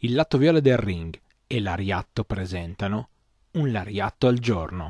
Il lato viola del ring e l'Ariatto presentano Un Lariatto al giorno.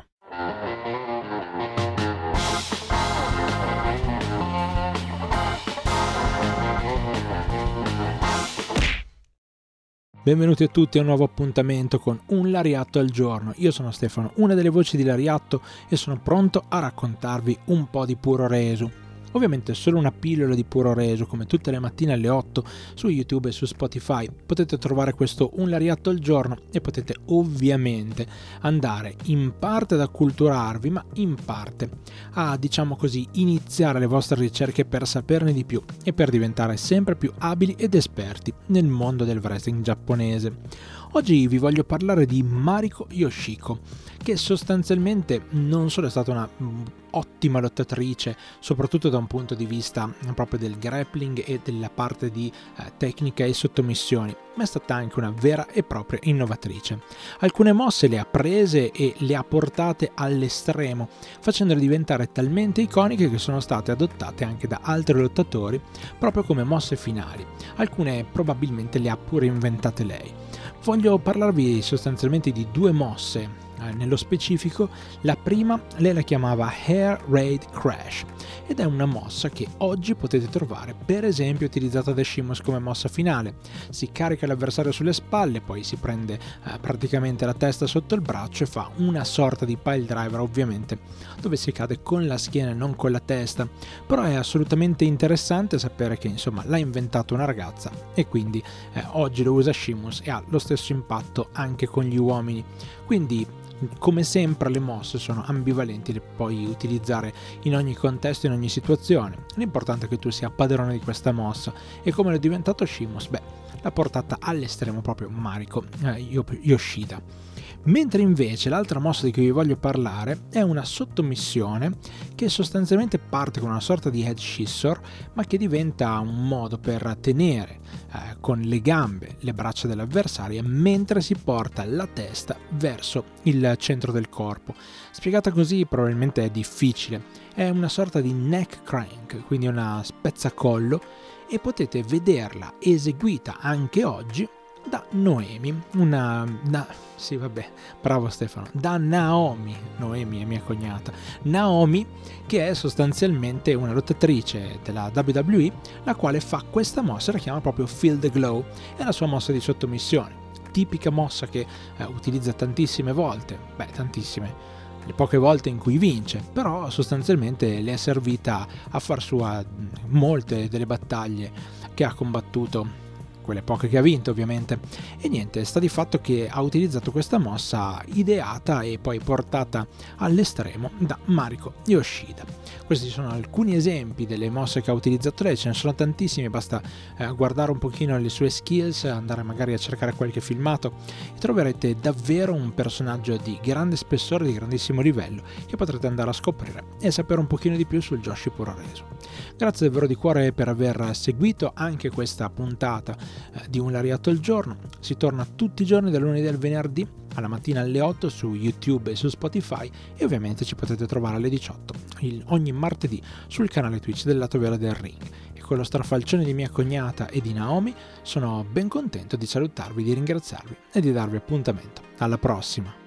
Benvenuti a tutti a un nuovo appuntamento con Un Lariatto al giorno. Io sono Stefano, una delle voci di Lariatto, e sono pronto a raccontarvi un po' di puro reso. Ovviamente solo una pillola di puro reso, come tutte le mattine alle 8 su YouTube e su Spotify. Potete trovare questo Un Lariatto al giorno e potete ovviamente andare in parte ad acculturarvi, ma in parte a, diciamo così, iniziare le vostre ricerche per saperne di più e per diventare sempre più abili ed esperti nel mondo del wrestling giapponese. Oggi vi voglio parlare di Mariko Yoshiko, che sostanzialmente non solo è stata una ottima lottatrice, soprattutto da un punto di vista proprio del grappling e della parte di tecnica e sottomissioni, ma è stata anche una vera e propria innovatrice. Alcune mosse le ha prese e le ha portate all'estremo, facendole diventare talmente iconiche che sono state adottate anche da altri lottatori proprio come mosse finali. Alcune probabilmente le ha pure inventate lei. Voglio parlarvi sostanzialmente di due mosse. Nello specifico, la prima lei la chiamava Air Raid Crash ed è una mossa che oggi potete trovare per esempio utilizzata da Sheamus come mossa finale. Si carica l'avversario sulle spalle, poi si prende praticamente la testa sotto il braccio e fa una sorta di pile driver, ovviamente dove si cade con la schiena e non con la testa. Però è assolutamente interessante sapere che insomma l'ha inventato una ragazza e quindi oggi lo usa Sheamus e ha lo stesso impatto anche con gli uomini. Quindi come sempre le mosse sono ambivalenti, le puoi utilizzare in ogni contesto, in ogni situazione. L'importante è che tu sia padrone di questa mossa e come l'è diventato Sheamus, l'ha portata all'estremo proprio Mariko Yoshida. Mentre invece l'altra mossa di cui vi voglio parlare è una sottomissione che sostanzialmente parte con una sorta di head scissor, ma che diventa un modo per tenere con le gambe le braccia dell'avversario mentre si porta la testa verso il centro del corpo. Spiegata così probabilmente è difficile. È una sorta di neck crank, quindi una spezzacollo, e potete vederla eseguita anche oggi da Noemi, bravo Stefano, da Naomi. Noemi è mia cognata. Naomi, che è sostanzialmente una lottatrice della WWE, la quale fa questa mossa, la chiama proprio Feel the Glow, è la sua mossa di sottomissione, tipica mossa che utilizza tantissime volte, tantissime, le poche volte in cui vince, però sostanzialmente le è servita a far sua molte delle battaglie che ha combattuto, quelle poche che ha vinto ovviamente. E niente, sta di fatto che ha utilizzato questa mossa ideata e poi portata all'estremo da Mariko Yoshida. Questi sono alcuni esempi delle mosse che ha utilizzato lei, ce ne sono tantissimi, basta guardare un pochino le sue skills, andare magari a cercare qualche filmato e troverete davvero un personaggio di grande spessore, di grandissimo livello, che potrete andare a scoprire e sapere un pochino di più sul Joshi puro reso. Grazie davvero di cuore per aver seguito anche questa puntata di Un Lariatto al giorno. Si torna tutti i giorni dal lunedì al venerdì alla mattina alle 8 su YouTube e su Spotify, e ovviamente ci potete trovare alle 18 ogni martedì sul canale Twitch del lato viola del ring. E con lo strafalcione di mia cognata e di Naomi sono ben contento di salutarvi, di ringraziarvi e di darvi appuntamento. Alla prossima!